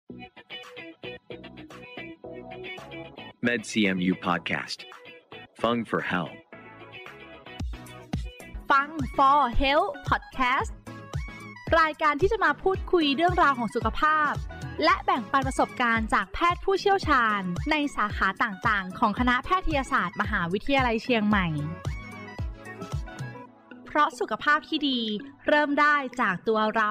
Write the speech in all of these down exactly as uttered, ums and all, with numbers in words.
MedCMU Podcast Fung for Health ฟัง for Health Podcast รายการที่จะมาพูดคุยเรื่องราวของสุขภาพและแบ่งปันประสบการณ์จากแพทย์ผู้เชี่ยวชาญในสาขาต่างๆของคณะแพทยศาสตร์มหาวิทยาลัยเชียงใหม่เพราะสุขภาพที่ดีเริ่มได้จากตัวเรา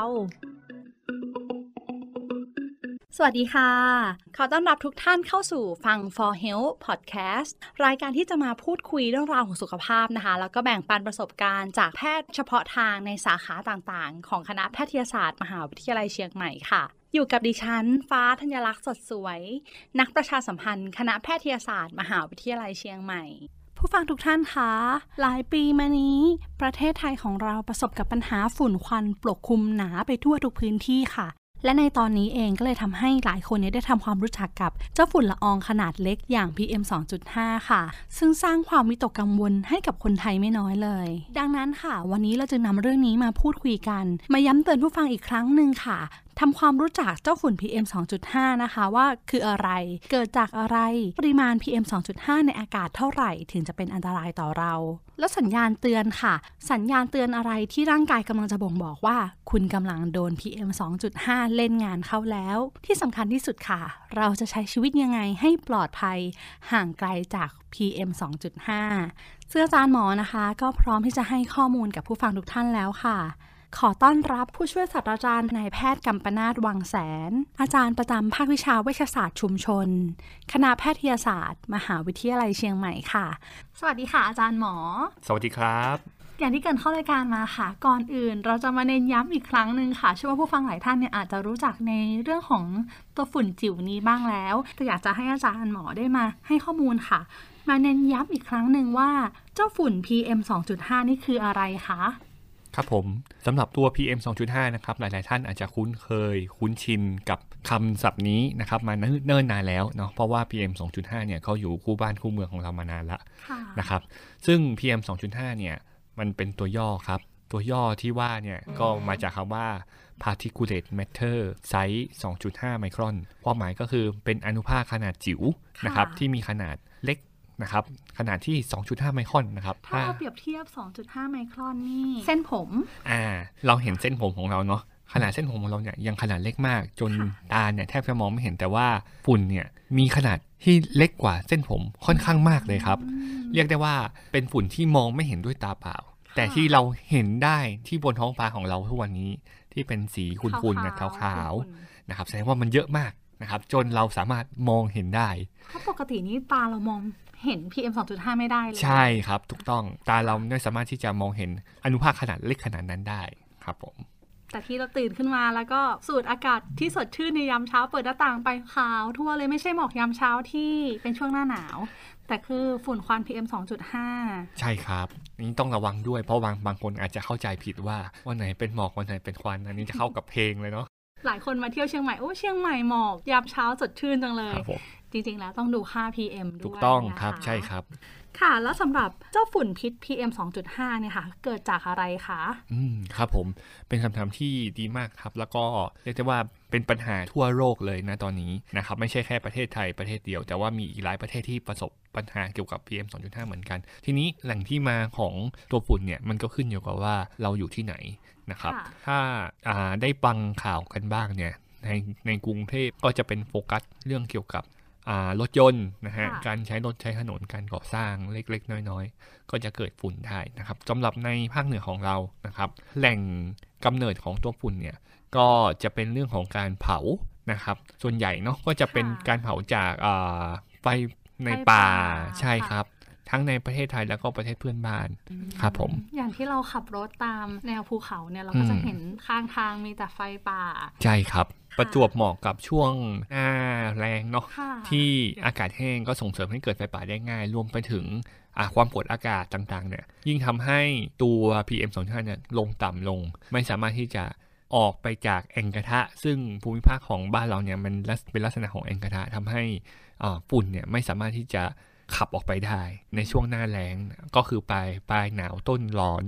สวัสดีค่ะขอต้อนรับทุกท่านเข้าสู่ฟัง for Health Podcast รายการที่จะมาพูดคุยเรื่องราวของสุขภาพนะคะแล้วก็แบ่งปันประสบการณ์จากแพทย์เฉพาะทางในสาขาต่างๆของคณะแพทยศาสตร์มหาวิทยาลัยเชียงใหม่ค่ะอยู่กับดิฉันฟ้าธัญลักษณ์สดสวยนักประชาสัมพันธ์คณะแพทยศาสตร์มหาวิทยาลัยเชียงใหม่ผู้ฟังทุกท่านคะหลายปีมานี้ประเทศไทยของเราประสบกับปัญหาฝุ่นควันปกคลุมหนาไปทั่วทุกพื้นที่ค่ะและในตอนนี้เองก็เลยทำให้หลายคนได้ทำความรู้จักกับเจ้าฝุ่นละอองขนาดเล็กอย่าง พี เอ็ม สองจุดห้า ค่ะซึ่งสร้างความวิตกกังวลให้กับคนไทยไม่น้อยเลยดังนั้นค่ะวันนี้เราจะนำเรื่องนี้มาพูดคุยกันมาย้ำเตือนผู้ฟังอีกครั้งหนึ่งค่ะทำความรู้จักเจ้าฝุ่น พี เอ็ม สองจุดห้า นะคะว่าคืออะไรเกิดจากอะไรปริมาณ พี เอ็ม สองจุดห้า ในอากาศเท่าไหร่ถึงจะเป็นอันตรายต่อเราแล้วสัญญาณเตือนค่ะสัญญาณเตือนอะไรที่ร่างกายกำลังจะบ่งบอกว่าคุณกำลังโดน พี เอ็ม สองจุดห้า เล่นงานเข้าแล้วที่สำคัญที่สุดค่ะเราจะใช้ชีวิตยังไงให้ปลอดภัยห่างไกลจาก พี เอ็ม สองจุดห้า ซึ่งอาจารย์หมอนะคะก็พร้อมที่จะให้ข้อมูลกับผู้ฟังทุกท่านแล้วค่ะขอต้อนรับผู้ช่วยศาสตราจารย์นายแพทย์กัมปนาทวังแสนอาจารย์ประจำภาควิชาเวชศาสตร์ชุมชนคณะแพทยศาสตร์มหาวิทยาลัยเชียงใหม่ค่ะสวัสดีค่ะอาจารย์หมอสวัสดีครับอย่างที่เกินเข้ารายการมาค่ะก่อนอื่นเราจะมาเน้นย้ำอีกครั้งนึงค่ะเชื่อว่าผู้ฟังหลายท่านเนี่ยอาจจะรู้จักในเรื่องของตัวฝุ่นจิ๋วนี้บ้างแล้วแต่อยากจะให้อาจารย์หมอได้มาให้ข้อมูลค่ะมาเน้นย้ำอีกครั้งนึงว่าเจ้าฝุ่น พี เอ็ม สองจุดห้า นี่คืออะไรคะครับผมสำหรับตัว พี เอ็ม สองจุดห้า นะครับหลายๆท่านอาจจะคุ้นเคยคุ้นชินกับคำศัพท์นี้นะครับมาเนิ่นนานแล้วเนาะเพราะว่า พี เอ็ม สองจุดห้า เนี่ยเขาอยู่คู่บ้านคู่เมืองของเรามานานละนะครับซึ่ง พี เอ็ม สองจุดห้า เนี่ยมันเป็นตัวย่อครับตัวย่อที่ว่าเนี่ยก็มาจากคำว่า particulate matter size สองจุดห้า ไมครอนความหมายก็คือเป็นอนุภาคขนาดจิ๋วนะครับที่มีขนาดเล็กนะครับขนาดที่ สองจุดห้า ไมครอนนะครับถ้าเราเปรียบเทียบ สองจุดห้า ไมครอนนี่เส้นผมอ่าเราเห็นเส้นผมของเราเนาะขนาดเส้นผมของเราเนี่ยยังขนาดเล็กมากจนตาเนี่ยแทบจะมองไม่เห็นแต่ว่าฝุ่นเนี่ยมีขนาดที่เล็กกว่าเส้นผมค่อนข้างมากเลยครับเรียกได้ว่าเป็นฝุ่นที่มองไม่เห็นด้วยตาเปล่าแต่ที่เราเห็นได้ที่บนท้องฟ้าของเราทุกวันนี้ที่เป็นสีขุ่นๆนะขาวๆนะครับแสดงว่ามันเยอะมากนะครับจนเราสามารถมองเห็นได้เพราะปกตินี้ตาเรามองเห็น พี เอ็ม สองจุดห้า ไม่ได้เลยใช่ครับถูกต้องตาเราไม่สามารถที่จะมองเห็นอนุภาคขนาดเล็กขนาดนั้นได้ครับผมแต่ที่เราตื่นขึ้นมาแล้วก็สูดอากาศที่สดชื่นในยามเช้าเปิดหน้าต่างไปขาวทั่วเลยไม่ใช่หมอกยามเช้าที่เป็นช่วงหน้าหนาวแต่คือฝุ่นควัน พี เอ็ม สองจุดห้าใช่ครับนี่ต้องระวังด้วยเพราะบางบางคนอาจจะเข้าใจผิดว่าวันไหนเป็นหมอกวันไหนเป็นควันอันนี้จะเข้ากับเพลงเลยเนาะหลายคนมาเที่ยวเชียงใหม่โอ้เชียงใหม่หมอกยามเช้าสดชื่นจังเลยจริงๆแล้วต้องดูค่า พี เอ็ม ด้วยถูกต้องครับใช่ครับค่ะแล้วสำหรับเจ้าฝุ่นพิษ พี เอ็ม สองจุดห้า เนี่ยค่ะเกิดจากอะไรคะอืมครับผมเป็นคำถามที่ดีมากครับแล้วก็เรียกได้ว่าเป็นปัญหาทั่วโลกเลยนะตอนนี้นะครับไม่ใช่แค่ประเทศไทยประเทศเดียวแต่ว่ามีอีกหลายประเทศที่ประสบปัญหาเกี่ยวกับ พี เอ็ม สองจุดห้า เหมือนกันทีนี้แหล่งที่มาของตัวฝุ่นเนี่ยมันก็ขึ้นอยู่กับว่าเราอยู่ที่ไหนนะครับถ้าได้ฟังข่าวกันบ้างเนี่ยในในกรุงเทพก็จะเป็นโฟกัสเรื่องเกี่ยวกับรถยนต์นะฮะการใช้รถใช้ถนนการก่อสร้างเล็กๆน้อยๆก็จะเกิดฝุ่นได้นะครับสำหรับในภาคเหนือของเรานะครับแหล่งกำเนิดของตัวฝุ่นเนี่ยก็จะเป็นเรื่องของการเผานะครับส่วนใหญ่เนาะก็จะเป็นการเผาจากไฟในป่าใช่ครับทั้งในประเทศไทยแล้วก็ประเทศเพื่อนบ้านครับผมอย่างที่เราขับรถตามแนวภูเขาเนี่ยเราก็จะเห็นข้างทางมีแต่ไฟป่าใช่ครับประจวบเหมาะกับช่วงหน้าแรงเนาะที่อากาศแห้งก็ส่งเสริมให้เกิดไฟป่าได้ง่ายรวมไปถึงความกดอากาศต่างๆเนี่ยยิ่งทำให้ตัว พี เอ็ม สองจุดห้า เนี่ยลงต่ำลงไม่สามารถที่จะออกไปจากแอ่งกระทะซึ่งภูมิภาคของบ้านเราเนี่ยมันเป็นลักษณะของแอ่งกระทะทำให้ฝุ่นเนี่ยไม่สามารถที่จะขับออกไปได้ในช่วงหน้าแล้งก็คือปลายปลายหนาวต้นร้อน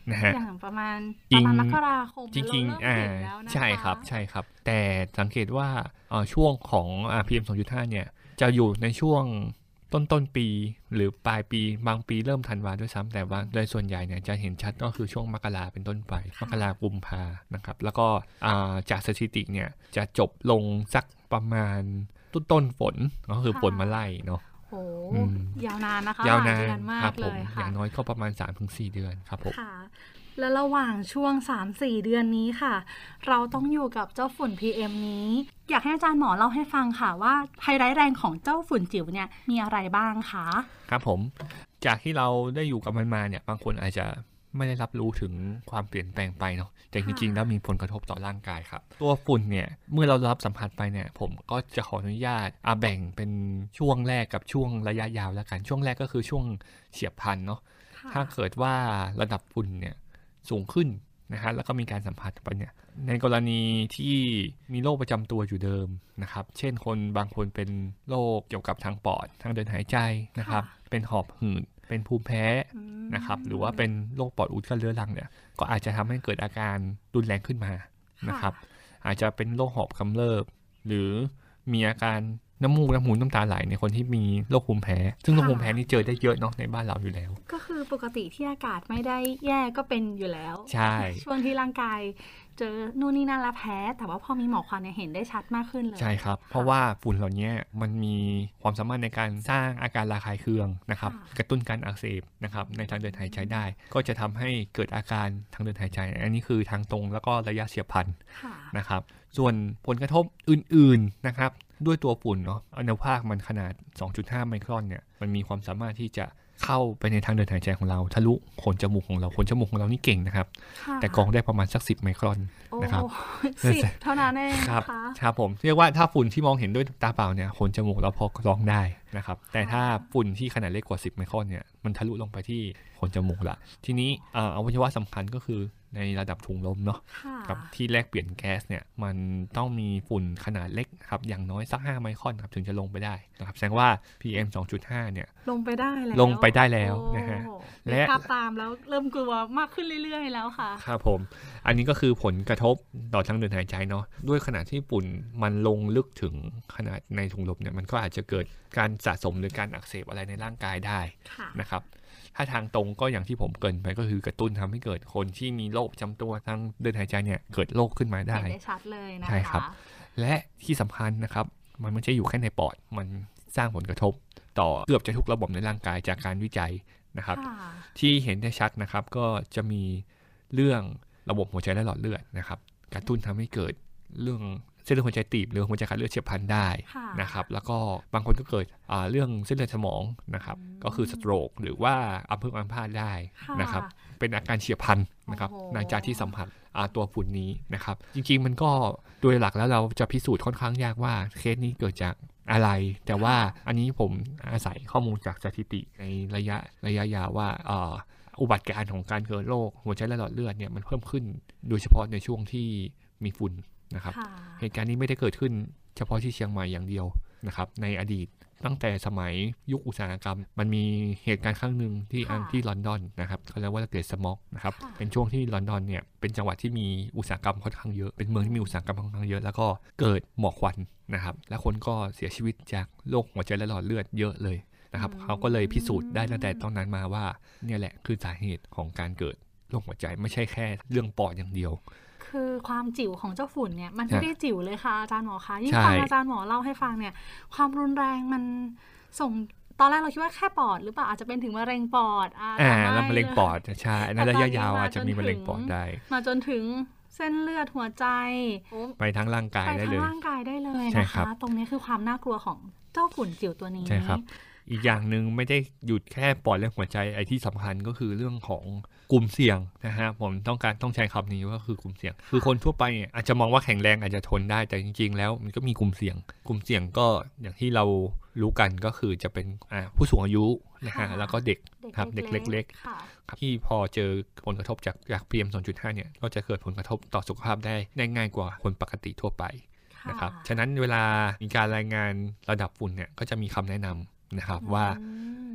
นะฮะอย่างประมาณประมาณมกราคมจริงๆอ่าใช่ครับใช่ครับแต่สังเกตว่าช่วงของ พี เอ็ม สองจุดห้า เนี่ยจะอยู่ในช่วงต้นต้นปีหรือปลายปีบางปีเริ่มธันวาด้วยซ้ำแต่ว่าโดยส่วนใหญ่เนี่ยจะเห็นชัดก็คือช่วงมกราเป็นต้นไปมกรากุมภานะครับแล้วก็จากสถิติเนี่ยจะจบลงสักประมาณต้นต้นฝนก็คือฝนมาไล่เนาะโอ้ยาวนานนะคะยาวนานครับผมอย่างน้อยก็ประมาณ สามถึงสี่ เดือนครับผมและระหว่างช่วง สามถึงสี่ เดือนนี้ค่ะเราต้องอยู่กับเจ้าฝุ่น พี เอ็ม นี้อยากให้อาจารย์หมอเล่าให้ฟังค่ะว่าภัยร้ายแรงของเจ้าฝุ่นจิ๋วเนี่ยมีอะไรบ้างคะครับผมจากที่เราได้อยู่กับมันมาเนี่ยบางคนอาจจะไม่ได้รับรู้ถึงความเปลี่ยนแปลงไปเนาะแต่จริงๆแล้วมีผลกระทบต่อร่างกายครับตัวฝุ่นเนี่ยเมื่อเรารับสัมผัสไปเนี่ยผมก็จะขออนุญาตอาแบ่งเป็นช่วงแรกกับช่วงระยะยาวแล้วกันช่วงแรกก็คือช่วงเฉียบพลันเนาะถ้าเกิดว่าระดับฝุ่นเนี่ยสูงขึ้นนะฮะแล้วก็มีการสัมผัสไปเนี่ยในกรณีที่มีโรคประจำตัวอยู่เดิมนะครับเช่นคนบางคนเป็นโรคเกี่ยวกับทางปอดทางเดินหายใจนะครับเป็นหอบหืดเป็นภูมิแพ้นะครับหรือว่าเป็นโรคปอดอุดกั้นเรื้อรังเนี่ยก็อาจจะทำให้เกิดอาการรุนแรงขึ้นมานะครับอาจจะเป็นโรคหอบกำเริบหรือมีอาการน้ำมูกน้ำหูน้ำตาไหลในคนที่มีโรคภูมิแพ้ซึ่งโรคภูมิแพ้นี่เจอได้เยอะเนาะในบ้านเราอยู่แล้วก็คือปกติที่อากาศไม่ได้แย่ก็เป็นอยู่แล้วใช่ช่วงที่ร่างกายเจอนู่นนี่นั่นละแพ้แต่ว่าพอมีหมอกควันเนี่ยเห็นได้ชัดมากขึ้นเลยใช่ครับเพราะว่าฝุ่นเหล่านี้มันมีความสามารถในการสร้างอาการระคายเคืองนะครับกระตุ้นการอักเสบนะครับในทางเดินหายใจได้ก็จะทำให้เกิดอาการทางเดินหายใจอันนี้คือทางตรงแล้วก็ระยะเฉียบพลันนะครับส่วนผลกระทบอื่นๆนะครับด้วยตัวฝุ่นเนาะอนุภาคมันขนาด สองจุดห้า ไมครอนเนี่ยมันมีความสามารถที่จะเข้าไปในทางเดินหายใจของเราทะลุขนจมูกของเราขนจมูกของเรานี่เก่งนะครับแต่กรองได้ประมาณสักสิบไมครอนนะครับสิบเท่านั้นเองครับครับผมเรียกว่าถ้าฝุ่นที่มองเห็นด้วยตาเปล่าเนี่ยขนจมูกเราพอกรองได้นะครับแต่ถ้าฝุ่นที่ขนาดเล็กกว่าสิบไมครอนเนี่ยมันทะลุลงไปที่ขนจมูกละทีนี้อวัยวะสำคัญก็คือในระดับถุงลมเนาะกับที่แลกเปลี่ยนแก๊สเนี่ยมันต้องมีฝุ่นขนาดเล็กครับอย่างน้อยสักห้าไมครอนครับถึงจะลงไปได้นะครับแสดงว่า พี เอ็ม สองจุดห้า เนี่ยลงไปได้แล้วลงไปได้แล้วนะฮะและภาพตามแล้วเริ่มกลัวมากขึ้นเรื่อยๆแล้วค่ะครับผมอันนี้ก็คือผลกระทบต่อทางเดินหายใจเนาะด้วยขนาดที่ฝุ่นมันลงลึกถึงขนาดในถุงลมเนี่ยมันก็อาจจะเกิดการสะสมหรือการอักเสบอะไรในร่างกายได้นะครับถ้าทางตรงก็อย่างที่ผมเกริ่นไปก็คือกระตุ้นทำให้เกิดคนที่มีโรคประจำตัวทางเดินหายใจเนี่ยเกิดโรคขึ้นมาได้ได้ชัดเลยนะคะใช่ครับและที่สำคัญนะครับมันไม่ใช่อยู่แค่ในปอดมันสร้างผลกระทบต่อเกือบจะทุกระบบในร่างกายจากการวิจัยนะครับที่เห็นได้ชัดนะครับก็จะมีเรื่องระบบหัวใจและหลอดเลือดนะครับกระตุ้นทำให้เกิดเรื่องเส้นเลือดหัวใจตีบหรือหัวใจขาดเลือดเฉียบพลันได้นะครับแล้วก็บางคนก็เกิดเรื่องเส้นเลือดสมองนะครับก็คือสโตรกหรือว่าอัมพฤกษ์อัมพาตได้นะครับเป็นอาการเฉียบพลันนะครับหลังจากที่สัมผัสตัวฝุ่นนี้นะครับจริงๆมันก็โดยหลักแล้วเราจะพิสูจน์ค่อนข้างยากว่าเคสนี้เกิดจากอะไรแต่ว่าอันนี้ผมอาศัยข้อมูลจากสถิติในระยะระยะยาวว่าอุบัติการณ์ของการเกิดโรคหัวใจและหลอดเลือดเนี่ยมันเพิ่มขึ้นโดยเฉพาะในช่วงที่มีฝุ่นนะครับเหตุการณ์นี้ไม่ได้เกิดขึ้นเฉพาะที่เชียงใหม่อย่างเดียวนะครับในอดีตตั้งแต่สมัยยุคอุตสาหกรรมมันมีเหตุการณ์ครั้งหนึ่งที่อันที่ลอนดอนนะครับเขาเรียกว่าเกรดสม็อกนะครับเป็นช่วงที่ลอนดอนเนี่ยเป็นจังหวัดที่มีอุตสาหกรรมค่อนข้างเยอะเป็นเมืองที่มีอุตสาหกรรมค่อนข้างเยอะแล้วก็เกิดหมอกควันนะครับและคนก็เสียชีวิตจากโรคหัวใจและหลอดเลือดเยอะเลยนะครับเขาก็เลยพิสูจน์ได้ตั้งแต่ตอนนั้นมาว่าเนี่ยแหละคือสาเหตุของการเกิดโรคหัวใจไม่ใช่แค่เรื่องปอดอย่างเดียวคือความจิ๋วของเจ้าฝุ่นเนี่ยมันไม่ได้จิ๋วเลยค่ะอาจารย์หมอคะยิ่งฟังอาจารย์หมอเล่าให้ฟังเนี่ยความรุนแรงมันส่งตอนแรกเราคิดว่าแค่ปอดหรือเปล่าอาจจะเป็นถึงมะเร็งปอดอ่าแล้วมะเร็งปอดใช่ในระยะยาวอาจจะมีมะเร็งปอดได้มาจนถึงเส้นเลือดหัวใจไปทั้งร่างกายได้เลยไปทั้งร่างกายได้เลยนะคะตรงนี้คือความน่ากลัวของเจ้าฝุ่นจิ๋วตัวนี้ใช่ครับอีกอย่างหนึ่งไม่ได้หยุดแค่ปอดและหัวใจไอ้ที่สำคัญก็คือเรื่องของกลุ่มเสี่ยงนะฮะผมต้องการต้องใช้คำนี้ว่าคือกลุ่มเสี่ยงคือคนทั่วไปเนี่ยอาจจะมองว่าแข็งแรงอาจจะทนได้แต่จริงๆแล้วมันก็มีกลุ่มเสี่ยงกลุ่มเสี่ยงก็อย่างที่เรารู้กันก็คือจะเป็นผู้สูงอายุนะฮะแล้วก็เด็กครับเด็กเล็กๆที่พอเจอผลกระทบจากจาก พี เอ็ม สองจุดห้า เนี่ยก็จะเกิดผลกระทบต่อสุขภาพได้ได้ง่ายกว่าคนปกติทั่วไปนะครับฉะนั้นเวลามีการรายงานระดับฝุ่นเนี่ยก็จะมีคำแนะนำนะครับว่า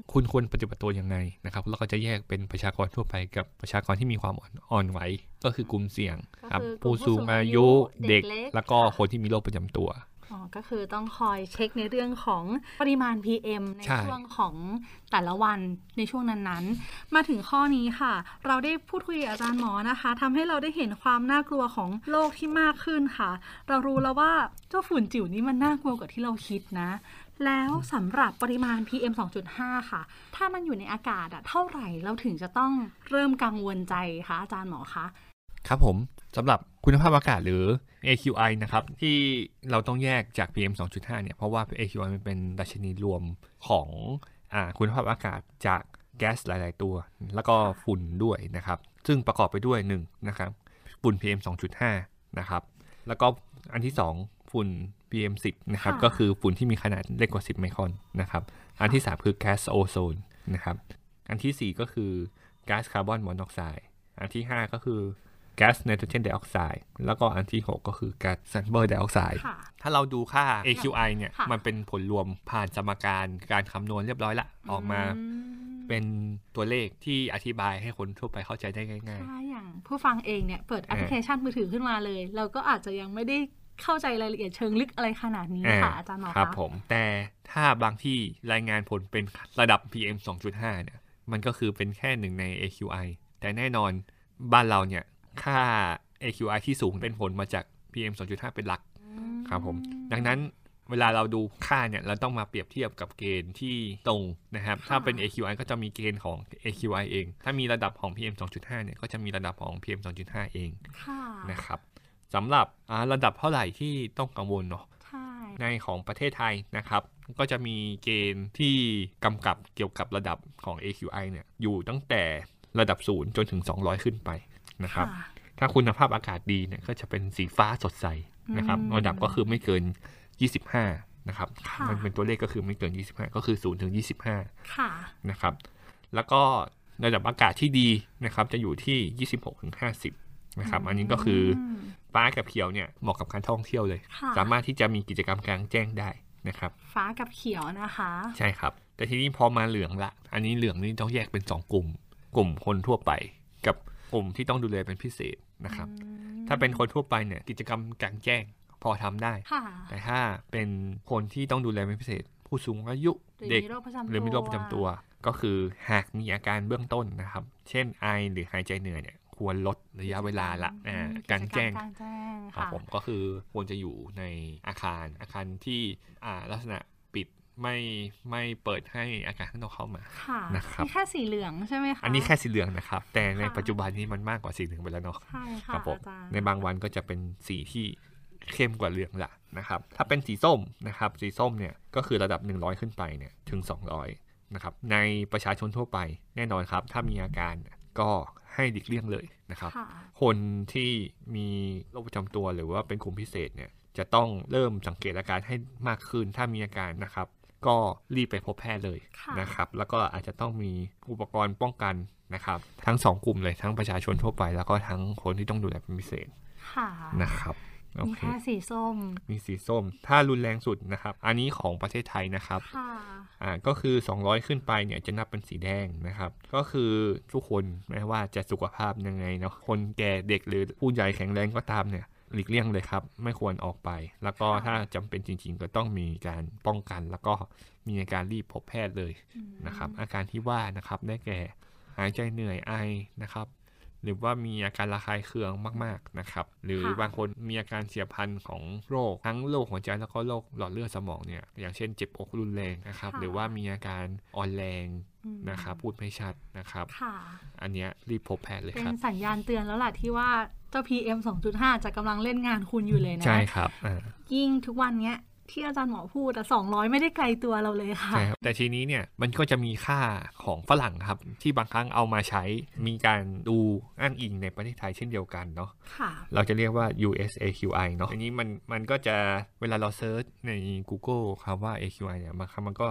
คุณควรปฏิบัติตัวยังไงนะครับแล้วก็จะแยกเป็นประชากรทั่วไปกับประชากรที่มีความอ่อนไหวก็คือกลุ่มเสี่ยงครับผู้สูงอายุเด็กแล้วก็คนที่มีโรคประจำตัวอ๋อก็คือต้องคอยเช็คในเรื่องของปริมาณ พี เอ็ม ในช่วงของแต่ละวันในช่วงนั้นๆมาถึงข้อนี้ค่ะเราได้พูดคุยกับอาจารย์หมอนะคะทำให้เราได้เห็นความน่ากลัวของโรคที่มากขึ้นค่ะเรารู้แล้วว่าเจ้าฝุ่นจิ๋วนี้มันน่ากลัวกว่าที่เราคิดนะแล้วสำหรับปริมาณ พี เอ็ม สองจุดห้า ค่ะถ้ามันอยู่ในอากาศอะเท่าไหร่เราถึงจะต้องเริ่มกังวลใจคะอาจารย์หมอคะครับผมสำหรับคุณภาพอากาศหรือ เอ คิว ไอ นะครับที่เราต้องแยกจาก พี เอ็ม สองจุดห้า เนี่ยเพราะว่า เอ คิว ไอ มันเป็นดัชนีรวมของอ่าคุณภาพอากาศจากแก๊สหลายๆตัวแล้วก็ฝุ่นด้วยนะครับซึ่งประกอบไปด้วยหนึ่งนะครับฝุ่น พี เอ็ม สองจุดห้า นะครับแล้วก็อันที่สองฝุ่น พี เอ็ม สิบ นะครับก็คือฝุ่นที่มีขนาดเล็กกว่าสิบไมครอนนะครับอันที่สามคือแก๊สโอโซนนะครับอันที่สี่ก็คือก๊าซคาร์บอนมอนอกไซด์อันที่ห้าก็คือแก๊สไนโตรเจนไดออกไซด์แล้วก็อันที่หกก็คือแก๊สซัลเฟอร์ไดออกไซด์ถ้าเราดูค่า เอ คิว ไอ เนี่ยมันเป็นผลรวมผ่านสมการการคำนวณเรียบร้อยละออกมาเป็นตัวเลขที่อธิบายให้คนทั่วไปเข้าใจได้ง่ายๆใช่อย่างผู้ฟังเองเนี่ยเปิดแอปพลิเคชันมือถือขึ้นมาเลยเราก็อาจจะยังไม่ได้เข้าใจรายละเอียดเชิงลึกอะไรขนาดนี้ค่ะอาจารย์หมอคะครับผมแต่ถ้าบางที่รายงานผลเป็นระดับ พี เอ็ม สองจุดห้า เนี่ยมันก็คือเป็นแค่หนึ่งใน เอ คิว ไอ แต่แน่นอนบ้านเราเนี่ยค่า เอ คิว ไอ ที่สูงเป็นผลมาจาก พี เอ็ม สองจุดห้า เป็นหลักครับผมดังนั้นเวลาเราดูค่าเนี่ยเราต้องมาเปรียบเทียบกับเกณฑ์ที่ตรงนะครับถ้าเป็น เอ คิว ไอ ก็จะมีเกณฑ์ของ เอ คิว ไอ เองถ้ามีระดับของ พี เอ็ม สองจุดห้า เนี่ยก็จะมีระดับของ พี เอ็ม สองจุดห้า เองนะครับสำหรับระดับเท่าไหร่ที่ต้องกังวลเนาะในของประเทศไทยนะครับก็จะมีเกณฑ์ที่กำกับเกี่ยวกับระดับของ เอ คิว ไอ เนี่ยอยู่ตั้งแต่ระดับศูนย์จนถึงสองร้อยขึ้นไปนะครับถ้าคุณภาพอากาศดีเนี่ยก็จะเป็นสีฟ้าสดใสนะครับระดับก็คือไม่เกินยี่สิบห้านะครับมันเป็นตัวเลขก็คือไม่เกินยี่สิบห้าก็คือศูนย์ถึงยี่สิบห้านะครับแล้วก็ระดับอากาศที่ดีนะครับจะอยู่ที่ยี่สิบหกถึงห้าสิบนะครับอันนี้ก็คือฟ้ากับเขียวเนี่ยเหมาะกับการท่องเที่ยวเลยสามารถที่จะมีกิจกรรมกลางแจ้งได้นะครับฟ้ากับเขียวนะคะใช่ครับแต่ทีนี้พอมาเหลืองละอันนี้เหลืองนี่ต้องแยกเป็นสองกลุ่มกลุ่มคนทั่วไปกับกลุ่มที่ต้องดูแลเป็นพิเศษนะครับถ้าเป็นคนทั่วไปเนี่ยกิจกรรมกลางแจ้งพอทำได้แต่ถ้าเป็นคนที่ต้องดูแลเป็นพิเศษผู้สูงอายุเด็กหรือมีโรคประจำตัวก็คือหากมีอาการเบื้องต้นนะครับเช่นไอหรือหายใจเหนื่อยเนี่ยควรลดระยะเวลาละการแจ้งครับผมก็คือควรจะอยู่ในอาคารอาคารที่ลักษณะปิดไม่ไม่เปิดให้อากาศข้างนอกเข้ามานะครับนี่แค่สีเหลืองใช่ไหมคะอันนี้แค่สีเหลืองนะครับแต่ในปัจจุบันนี้มันมากกว่าสีเหลืองไปแล้วเนาะใช่ค่ะครับผมในบางวันก็จะเป็นสีที่เข้มกว่าเหลืองละนะครับถ้าเป็นสีส้มนะครับสีส้มเนี่ยก็คือระดับหนึ่งร้อยขึ้นไปเนี่ยถึงสองร้อยนะครับในประชาชนทั่วไปแน่นอนครับถ้ามีอาการก็ให้หลีกเลี่ยงเลยนะครับคนที่มีโรคประจำตัวหรือว่าเป็นกลุ่มพิเศษเนี่ยจะต้องเริ่มสังเกตอาการให้มากขึ้นถ้ามีอาการนะครับก็รีบไปพบแพทย์เลยนะครับแล้วก็อาจจะต้องมีอุปกรณ์ป้องกันนะครับทั้งสองกลุ่มเลยทั้งประชาชนทั่วไปแล้วก็ทั้งคนที่ต้องดูแลเป็นพิเศษนะครับมีแค่สีส้มมีสีส้มถ้ารุนแรงสุดนะครับอันนี้ของประเทศไทยนะครับอ่าก็คือสองร้อยขึ้นไปเนี่ยจะนับเป็นสีแดงนะครับก็คือทุกคนไม่ว่าจะสุขภาพยังไงเนาะคนแก่เด็กหรือผู้ใหญ่แข็งแรงก็ตามเนี่ยหลีกเลี่ยงเลยครับไม่ควรออกไปแล้วก็ถ้าจำเป็นจริงๆก็ต้องมีการป้องกันแล้วก็มีการรีบพบแพทย์เลยนะครับอาการที่ว่านะครับได้แก่หายใจเหนื่อยไอนะครับหรือว่ามีอาการระคายเคืองมากๆนะครับหรือบางคนมีอาการเฉียบพลันของโรคทั้งโรคหัวใจแล้วก็โรคหลอดเลือดสมองเนี่ยอย่างเช่นเจ็บอกรุนแรงนะครับหรือว่ามีอาการอ่อนแรงนะครับพูดไม่ชัดนะครับอันนี้รีบพบแพทย์เลยครับเป็นสัญญาณเตือนแล้วล่ะที่ว่าเจ้า พี เอ็ม สองจุดห้า จะกำลังเล่นงานคุณอยู่เลยนะใช่ครับยิ่งทุกวันเนี้ยที่อาจารย์หมอพูดแต่สองร้อยไม่ได้ไกลตัวเราเลยค่ะใช่ครับแต่ทีนี้เนี่ยมันก็จะมีค่าของฝรั่งครับที่บางครั้งเอามาใช้มีการดูอ้างอิงในประเทศไทยเช่นเดียวกันเนาะเราจะเรียกว่า ยู เอส เอ คิว ไอ เนาะอันนี้มันมันก็จะเวลาเราเซิร์ชใน Google คำว่า เอ คิว ไอ เนี่ยบางครั้งมันก็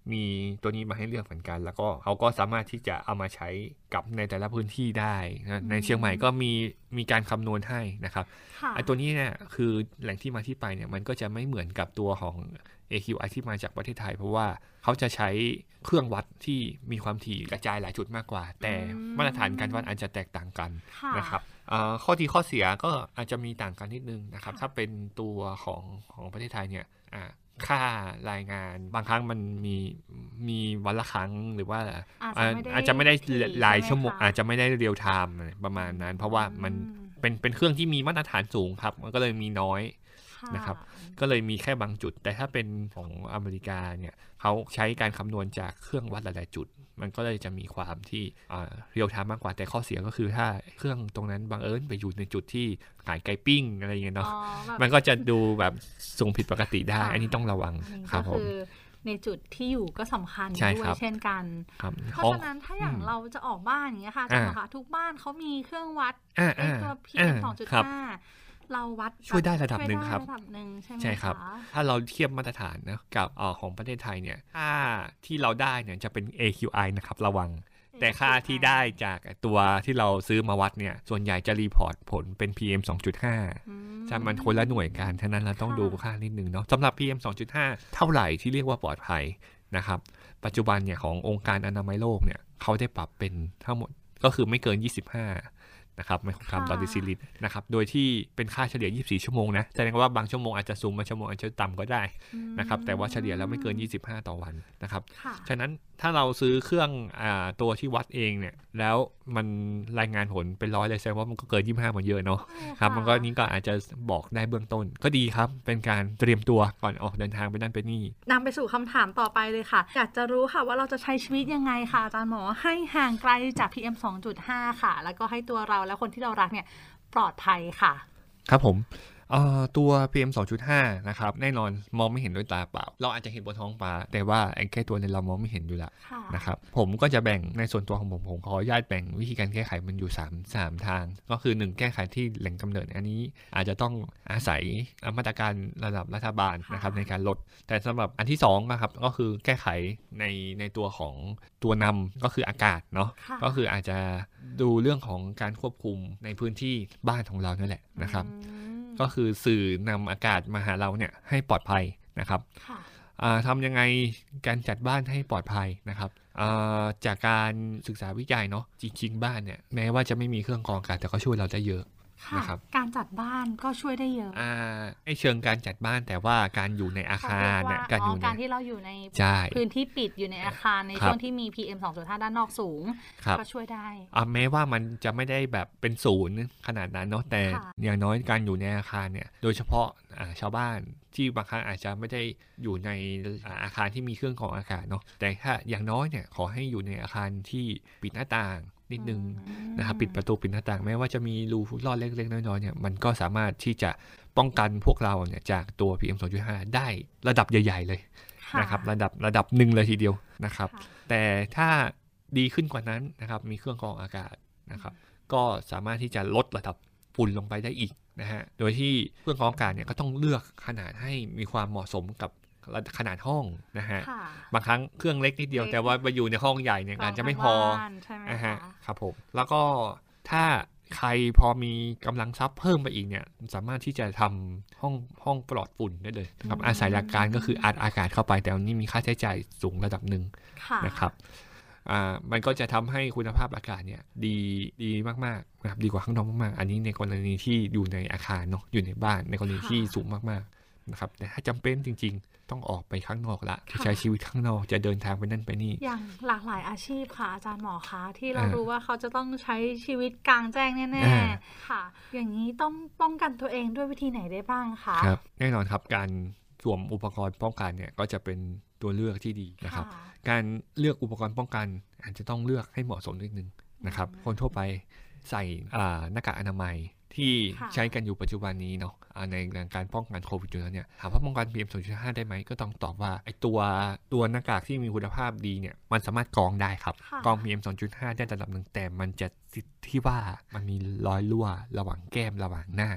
มีตัวนี้มาให้เลือกเหมือนกันแล้วก็เขาก็สามารถที่จะเอามาใช้กับในแต่ละพื้นที่ได้นะในเชียงใหม่ก็มีมีการคำนวณให้นะครับไอ้ตัวนี้เนี่ยคือแหล่งที่มาที่ไปเนี่ยมันก็จะไม่เหมือนกับตัวของ เอ คิว ไอ ที่มาจากประเทศไทยเพราะว่าเขาจะใช้เครื่องวัดที่มีความถี่กระจายหลายจุดมากกว่าแต่มาตรฐานการวัดอาจจะแตกต่างกันนะครับข้อดีข้อเสียก็อาจจะมีต่างกันนิดนึงนะครับถ้าเป็นตัวของของประเทศไทยเนี่ยค่ารายงานบางครั้งมันมีมีวันละครั้งหรือว่าอาจจะไม่ได้หลายชั่วโมงอาจจะไม่ได้เรียลไทม์ประมาณนั้นเพราะว่ามันเป็นเป็นเครื่องที่มีมาตรฐานสูงครับมันก็เลยมีน้อยนะครับก็เลยมีแค่บางจุดแต่ถ้าเป็นของอเมริกาเนี่ยเขาใช้การคำนวณจากเครื่องวัดหลายๆจุดมันก็เลยจะมีความที่เรียลไทม์มากกว่าแต่ข้อเสียก็คือถ้าเครื่องตรงนั้นบังเอิญไปอยู่ในจุดที่ขายไก่ปิ้งอะไรอย่างเงี้ยเนาะมันก็จะดูแบบส่งผิดปกติได้อันนี้ต้องระวังครับผมในจุดที่อยู่ก็สำคัญด้วยเช่นกันเพราะฉะนั้นถ้าอย่างเราจะออกบ้านอย่างเงี้ยค่ะอาจารย์คะทุกบ้านเขามีเครื่องวัดไอ้ตัว พี เอ็ม สองจุดห้าเราวัดช่วยได้ระดับหนึ่งครับใช่ไหมใช่ครับถ้าเราเทียบมาตรฐานนะกับอของประเทศไทยเนี่ยค่าที่เราได้เนี่ยจะเป็น เอ คิว ไอ นะครับระวังแต่ค่าที่ได้จากตัวที่เราซื้อมาวัดเนี่ยส่วนใหญ่จะรีพอร์ตผลเป็น พี เอ็ม สองจุดห้า จะมันคนละหน่วยกันฉะนั้นเราต้องดูค่านิดนึงเนาะสำหรับ พี เอ็ม สองจุดห้า เท่าไหร่ที่เรียกว่าปลอดภัยนะครับปัจจุบันเนี่ยขององค์การอนามัยโลกเนี่ยเขาได้ปรับเป็นทั้งหมดก็คือไม่เกินยี่สิบห้านะครับไมโครกรัมต่อเดซิลิตรนะครับโดยที่เป็นค่าเฉลี่ยยี่สิบสี่ชั่วโมงนะแสดงว่าบางชั่วโมงอาจจะสูงบางชั่วโมงอาจจะต่ำก็ได้นะครับแต่ว่าเฉลี่ยแล้วไม่เกินยี่สิบห้าต่อวันนะครับฉะนั้นถ้าเราซื้อเครื่องอ่าตัวที่วัดเองเนี่ยแล้วมันรายงานผลเป็นร้อยเลยแสดงว่ามันก็เกินยี่สิบห้ามาเยอะเนาะครับมันก็นี้ก็อาจจะบอกได้เบื้องต้นก็ดีครับเป็นการเตรียมตัวก่อนออกเดินทางไปนั่นไปนี่นำไปสู่คำถามต่อไปเลยค่ะอยากจะรู้ค่ะว่าเราจะใช้ชีวิตยังไงค่ะอาจารย์หมอให้ห่างไกลจาก พี เอ็ม สองจุดห้า ค่ะแล้วก็ให้ตัวเราและคนที่เรารักเนี่ยปลอดภัยค่ะครับผมตัว พี เอ็ม สองจุดห้า นะครับแน่นอนมองไม่เห็นด้วยตาเปล่าเราอาจจะเห็นบนท้องฟ้าแต่ว่าไอ้แค่ตัวในเรามองไม่เห็นอยู่แล้วนะครับผมก็จะแบ่งในส่วนตัวของผมผมขออนุญาตแบ่งวิธีการแก้ไขมันอยู่3 3ทางก็คือหนึ่งแก้ไขที่แหล่งกำเนิดอันนี้อาจจะต้องอาศัยมาตรการระดับรัฐบาลนะครับในการลดแต่สำหรับอันที่สองนะครับก็คือแก้ไขในในตัวของตัวนำก็คืออากาศเนาะก็คืออาจจะดูเรื่องของการควบคุมในพื้นที่บ้านของเรานั่นแหละนะครับก็คือสื่อนำอากาศมาหาเราเนี่ยให้ปลอดภัยนะครับทำยังไงการจัดบ้านให้ปลอดภัยนะครับจากการศึกษาวิจัยเนาะจริงๆบ้านเนี่ยแม้ว่าจะไม่มีเครื่องกรองอากาศแต่ก็ช่วยเราได้เยอะนะครับการจัดบ้านก็ช่วยได้เยอะอ่าไม่เชิงการจัดบ้านแต่ว่าการอยู่ในอาคารเนี่ยการอยู่การที่เราอยู่ในพื้นที่ปิดอยู่ในอาคารในช่วงที่มี พี เอ็ม สองจุดห้า ด้านนอกสูงก็ช่วยได้อ่าแม้ว่ามันจะไม่ได้แบบเป็นศูนย์ขนาดนั้นเนาะแต่อย่างน้อยการอยู่ในอาคารเนี่ยโดยเฉพาะอ่าชาวบ้านที่บางครั้งอาจจะไม่ได้อยู่ในอาคารที่มีเครื่องกรองอากาศเนาะแต่ถ้าอย่างน้อยเนี่ยขอให้อยู่ในอาคารที่ปิดหน้าต่างนิดนึงนะครับปิดประตูปิดหน้าต่างแม้ว่าจะมีรูลอดเล็กๆน้อยๆเนี่ยมันก็สามารถที่จะป้องกันพวกเราเนี่ยจากตัว พี เอ็ม สองจุดห้า ได้ระดับใหญ่ๆเลยนะครับระดับระดับหนึ่งเลยทีเดียวนะครับแต่ถ้าดีขึ้นกว่านั้นนะครับมีเครื่องกรองอากาศนะครับก็สามารถที่จะลดระดับฝุ่นลงไปได้อีกนะฮะโดยที่เครื่องกรองอากาศเนี่ยก็ต้องเลือกขนาดให้มีความเหมาะสมกับขนาดห้องนะฮะบางครั้งเครื่องเล็กนิดเดียวแต่ว่าไปอยู่ในห้องใหญ่เนี่ยอาจจะไม่พอนะฮะครับผมแล้วก็ถ้าใครพอมีกำลังทรัพย์เพิ่มไปอีกเนี่ยสามารถที่จะทำห้องห้องปลอดฝุ่นได้เลยครับอาศัยหลักการก็คืออัดอากาศเข้าไปแต่อันนี้มีค่าใช้จ่ายสูงระดับหนึ่งนะครับอ่ามันก็จะทำให้คุณภาพอากาศเนี่ยดีดีมากๆนะครับดีกว่าข้างนอกมากๆอันนี้ในกรณีที่อยู่ในอาคารเนาะอยู่ในบ้านในกรณีที่สูงมากๆนะครับแต่ถ้าจำเป็นจริงๆต้องออกไปข้างนอกละใช้ชีวิตข้างนอกจะเดินทางไปนั่นไปนี่อย่างหลากหลายอาชีพค่ะอาจารย์หมอคะที่เรารู้ว่าเขาจะต้องใช้ชีวิตกลางแจ้งแน่ๆค่ะอย่างนี้ต้องป้องกันตัวเองด้วยวิธีไหนได้บ้างคะครับแน่นอนครับการสวมอุปกรณ์ป้องกันเนี่ยก็จะเป็นตัวเลือกที่ดีนะครับการเลือกอุปกรณ์ป้องกันอาจจะต้องเลือกให้เหมาะสมนิดนึงนะครับคนทั่วไปใส่หน้ากากอนามัยที่ใช้กันอยู่ปัจจุบันนี้เนาะในการป้องกันโควิดอยู่แล้วเนี่ยถามว่าป้องกัน พี เอ็ม สองจุดห้า ได้ไหมก็ต้องตอบว่าไอ้ตัวตัวหน้ากากที่มีคุณภาพดีเนี่ยมันสามารถกรองได้ครับกรอง พี เอ็ม สองจุดห้า ได้ระดับหนึ่งแต่มันจะที่ว่ามันมีรอยรั่วระหว่างแก้มระหว่างหน้าครับ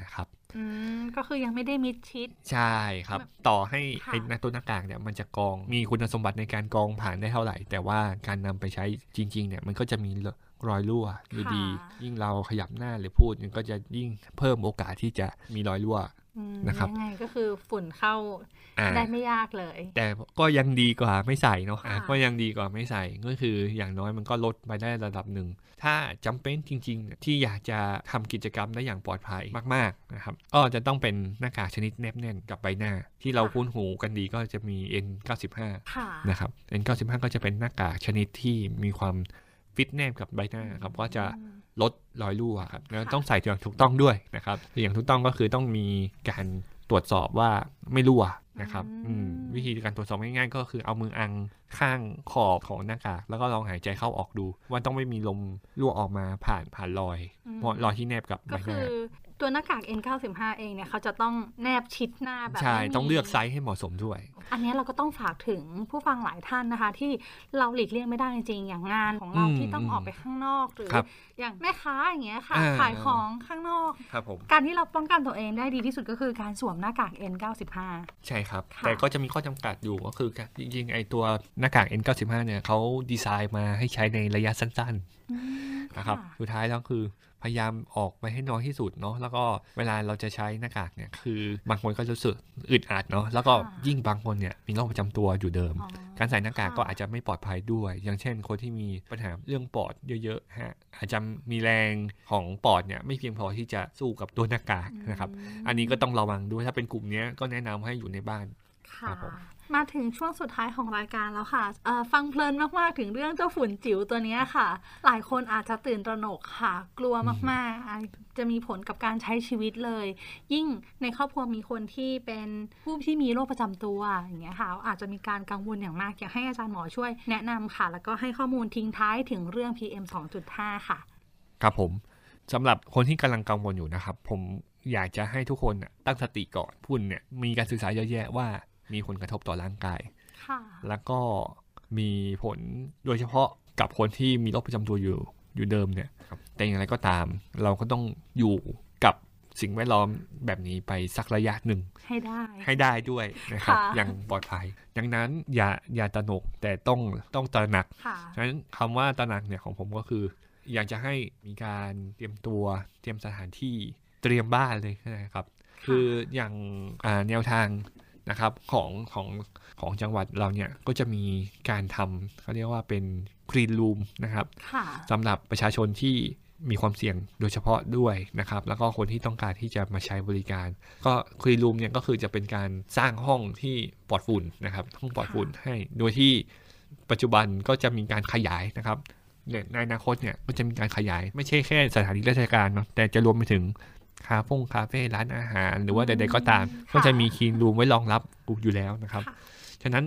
อืมก็คือยังไม่ได้มิดชิดใช่ครับต่อให้ไอ้หน้าตัวหน้ากากเนี่ยมันจะกรองมีคุณสมบัติในการกรองผ่านได้เท่าไหร่แต่ว่าการนำไปใช้จริงๆเนี่ยมันก็จะมีรอยรั่วอยู่ดียิ่งเราขยับหน้าหรือพูดมันก็จะยิ่งเพิ่มโอกาสที่จะมีรอยรั่วนะครับยังไงก็คือฝุ่นเข้าได้ไม่ยากเลยแต่ก็ยังดีกว่าไม่ใส่เนาะก็ยังดีกว่าไม่ใส่ก็คืออย่างน้อยมันก็ลดไปได้ระดับหนึ่งถ้าจำเป็นจริงๆที่อยากจะทำกิจกรรมได้อย่างปลอดภัยมากๆนะครับก็จะต้องเป็นหน้ากากชนิดแนบแน่นกับใบหน้าที่เราคุ้นหูกันดีก็จะมี เอ็น เก้าสิบห้า นะครับ เอ็น เก้าสิบห้า ก็จะเป็นหน้ากากชนิดที่มีความฟิตแนบกับใบหน้าครับก็จะลดรอยรั่วครับแล้วต้องใส่อย่างถูกต้องด้วยนะครับอย่างถูกต้องก็คือต้องมีการตรวจสอบว่าไม่รั่วนะครับวิธีการตรวจสอบง่ายๆก็คือเอามืออังข้างขอบของหน้ากากแล้วก็ลองหายใจเข้าออกดูว่าต้องไม่มีลมรั่วออกมาผ่านผ่านรอยรอยที่แนบกับใบหน้าตัวหน้ากาก เอ็น เก้าสิบห้า เองเนี่ยเขาจะต้องแนบชิดหน้าแบบใช่ต้องเลือกไซส์ให้เหมาะสมด้วยอันนี้เราก็ต้องฝากถึงผู้ฟังหลายท่านนะคะที่เราหลีกเลี่ยงไม่ได้จริงๆอย่างงานของเราที่ต้องออกไปข้างนอกหรืออย่างแม่ค้าอย่างเงี้ยค่ะขายของข้างนอกการที่เราป้องกันตัวเองได้ดีที่สุดก็คือการสวมหน้ากาก เอ็น เก้าสิบห้าใช่ครับแต่ก็จะมีข้อจำกัดอยู่ก็คือจริงๆไอตัวหน้ากาก เอ็น เก้าสิบห้า เนี่ยเขาดีไซน์มาให้ใช้ในระยะสั้นๆนะครับสุดท้ายแล้วคือพยายามออกไปให้น้อยที่สุดเนาะแล้วก็เวลาเราจะใช้หน้ากากเนี่ยคือบางคนก็รู้สึกอึดอัดเนาะแล้วก็ยิ่งบางคนเนี่ยมีโรคประจำตัวอยู่เดิมการใส่หน้ากากก็อาจจะไม่ปลอดภัยด้วยอย่างเช่นคนที่มีปัญหาเรื่องปอดเยอะๆฮะอาจจะมีแรงของปอดเนี่ยไม่เพียงพอที่จะสู้กับตัวหน้ากากนะครับอันนี้ก็ต้องระวังด้วยถ้าเป็นกลุ่มนี้ก็แนะนำให้อยู่ในบ้านครับผมมาถึงช่วงสุดท้ายของรายการแล้วค่ะฟังเพลินมากๆถึงเรื่องเจ้าฝุ่นจิ๋วตัวนี้ค่ะหลายคนอาจจะตื่นตระหนกค่ะกลัวมากๆจะมีผลกับการใช้ชีวิตเลยยิ่งในครอบครัวมีคนที่เป็นผู้ที่มีโรคประจำตัวอย่างเงี้ยค่ะอาจจะมีการกังวลอย่างมากอยากให้อาจารย์หมอช่วยแนะนำค่ะแล้วก็ให้ข้อมูลทิ้งท้ายถึงเรื่อง พี เอ็ม สองจุดห้า ค่ะครับผมสำหรับคนที่กำลังกังวลอยู่นะครับผมอยากจะให้ทุกคนตั้งสติก่อนฝุ่นเนี่ยมีการศึกษาเยอะแยะว่ามีผลกระทบต่อร่างกายแล้วก็มีผลโดยเฉพาะกับคนที่มีโรคประจำตัวอยู่อยู่เดิมเนี่ยแต่อย่างไรก็ตามเราก็ต้องอยู่กับสิ่งแวดล้อมแบบนี้ไปสักระยะหนึ่งให้ได้ให้ได้ด้วยนะครับอย่างปลอดภัยดังนั้นอย่าอย่าตระหนกแต่ต้องต้องตระหนักฉะนั้นคำว่าตระหนักเนี่ยของผมก็คืออยากจะให้มีการเตรียมตัวเตรียมสถานที่เตรียมบ้านเลยนะครับคืออย่างแนวทางนะครับของของของจังหวัดเราเนี่ยก็จะมีการทำเขาเรียกว่าเป็นคลีนรูมนะครับสำหรับประชาชนที่มีความเสี่ยงโดยเฉพาะด้วยนะครับแล้วก็คนที่ต้องการที่จะมาใช้บริการก็คลีนรูมเนี่ยก็คือจะเป็นการสร้างห้องที่ปลอดฝุ่นนะครับห้องปลอดฝุ่นให้โดยที่ปัจจุบันก็จะมีการขยายนะครับในอนาคตเนี่ยก็จะมีการขยายไม่ใช่แค่สถานที่ราชการเนาะแต่จะรวมไปถึงคาเฟ่คาเฟ่ร้านอาหารหรือว่าใดๆก็ตามก็จะมีคลีนรูมไว้รองรับอยู่แล้วนะครับฉะนั้น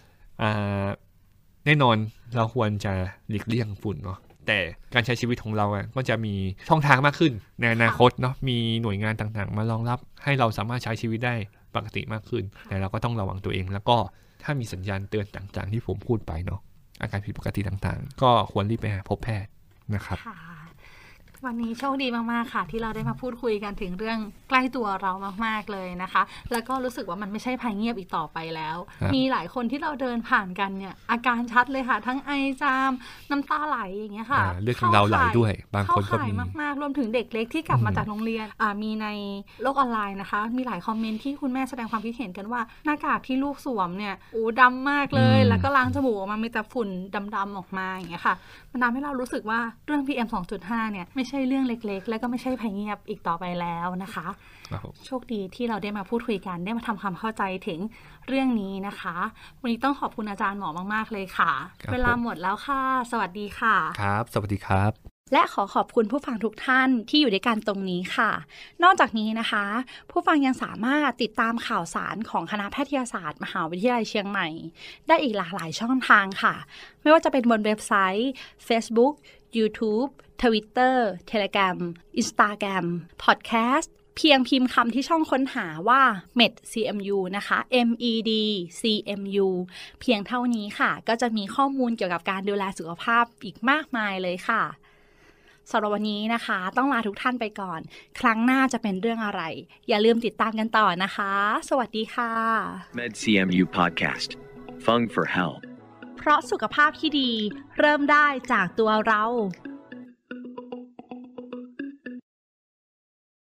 แน่นอนเราควรจะหลีกเลี่ยงฝุ่นเนาะแต่การใช้ชีวิตของเราก็จะมีช่องทางมากขึ้นในอนาคตเนาะมีหน่วยงานต่างๆมารองรับให้เราสามารถใช้ชีวิตได้ปกติมากขึ้นแต่เราก็ต้องระวังตัวเองแล้วก็ถ้ามีสัญญาณเตือนต่างๆที่ผมพูดไปเนาะอาการผิดปกติต่างๆก็ควรรีบไปหาพบแพทย์นะครับวันนี้โชคดีมากๆค่ะที่เราได้มาพูดคุยกันถึงเรื่องใกล้ตัวเรามากๆเลยนะคะแล้วก็รู้สึกว่ามันไม่ใช่ภัยเงียบอีกต่อไปแล้วมีหลายคนที่เราเดินผ่านกันเนี่ยอาการชัดเลยค่ะทั้งไอจามน้ำตาไหลอย่างเงี้ยค่ะเลือดเราไหลด้วยบางคนก็มีมากๆรวมถึงเด็กเล็กที่กลับมาจากโรงเรียนมีในโลกออนไลน์นะคะมีหลายคอมเมนต์ที่คุณแม่แสดงความคิดเห็นกันว่าหน้ากากที่ลูกสวมเนี่ยโอ้ดำมากเลยแล้วก็ล้างจมูกออกมามีแต่ฝุ่นดำๆออกมาอย่างเงี้ยค่ะมันทำให้เรารู้สึกว่าเรื่อง พี เอ็ม สองจุดห้า เนี่ยไม่ใช่เรื่องเล็กๆและก็ไม่ใช่ภัยเงียบอีกต่อไปแล้วนะคะโชคดีที่เราได้มาพูดคุยกันได้มาทำความเข้าใจถึงเรื่องนี้นะคะวันนี้ต้องขอบคุณอาจารย์หมอมากๆเลยค่ะเวลาหมดแล้วค่ะสวัสดีค่ะครับสวัสดีครับและขอขอบคุณผู้ฟังทุกท่านที่อยู่ด้วยกันตรงนี้ค่ะนอกจากนี้นะคะผู้ฟังยังสามารถติดตามข่าวสารของคณะแพทยศาสตร์มหาวิทยาลัยเชียงใหม่ได้อีกหลากหลายช่องทางค่ะไม่ว่าจะเป็นบนเว็บไซต์ Facebook YouTube Twitter Telegram Instagram Podcast เพียงพิมพ์คำที่ช่องค้นหาว่า เมด ซี เอ็ม ยู นะคะ เอ็ม อี ดี ซี เอ็ม ยู เพียงเท่านี้ค่ะก็จะมีข้อมูลเกี่ยวกับการดูแลสุขภาพอีกมากมายเลยค่ะสำหรับวันนี้นะคะต้องลาทุกท่านไปก่อนครั้งหน้าจะเป็นเรื่องอะไรอย่าลืมติดตามกันต่อนะคะสวัสดีค่ะ MedCMU Podcast Fung for Health เพราะสุขภาพที่ดีเริ่มได้จากตัวเรา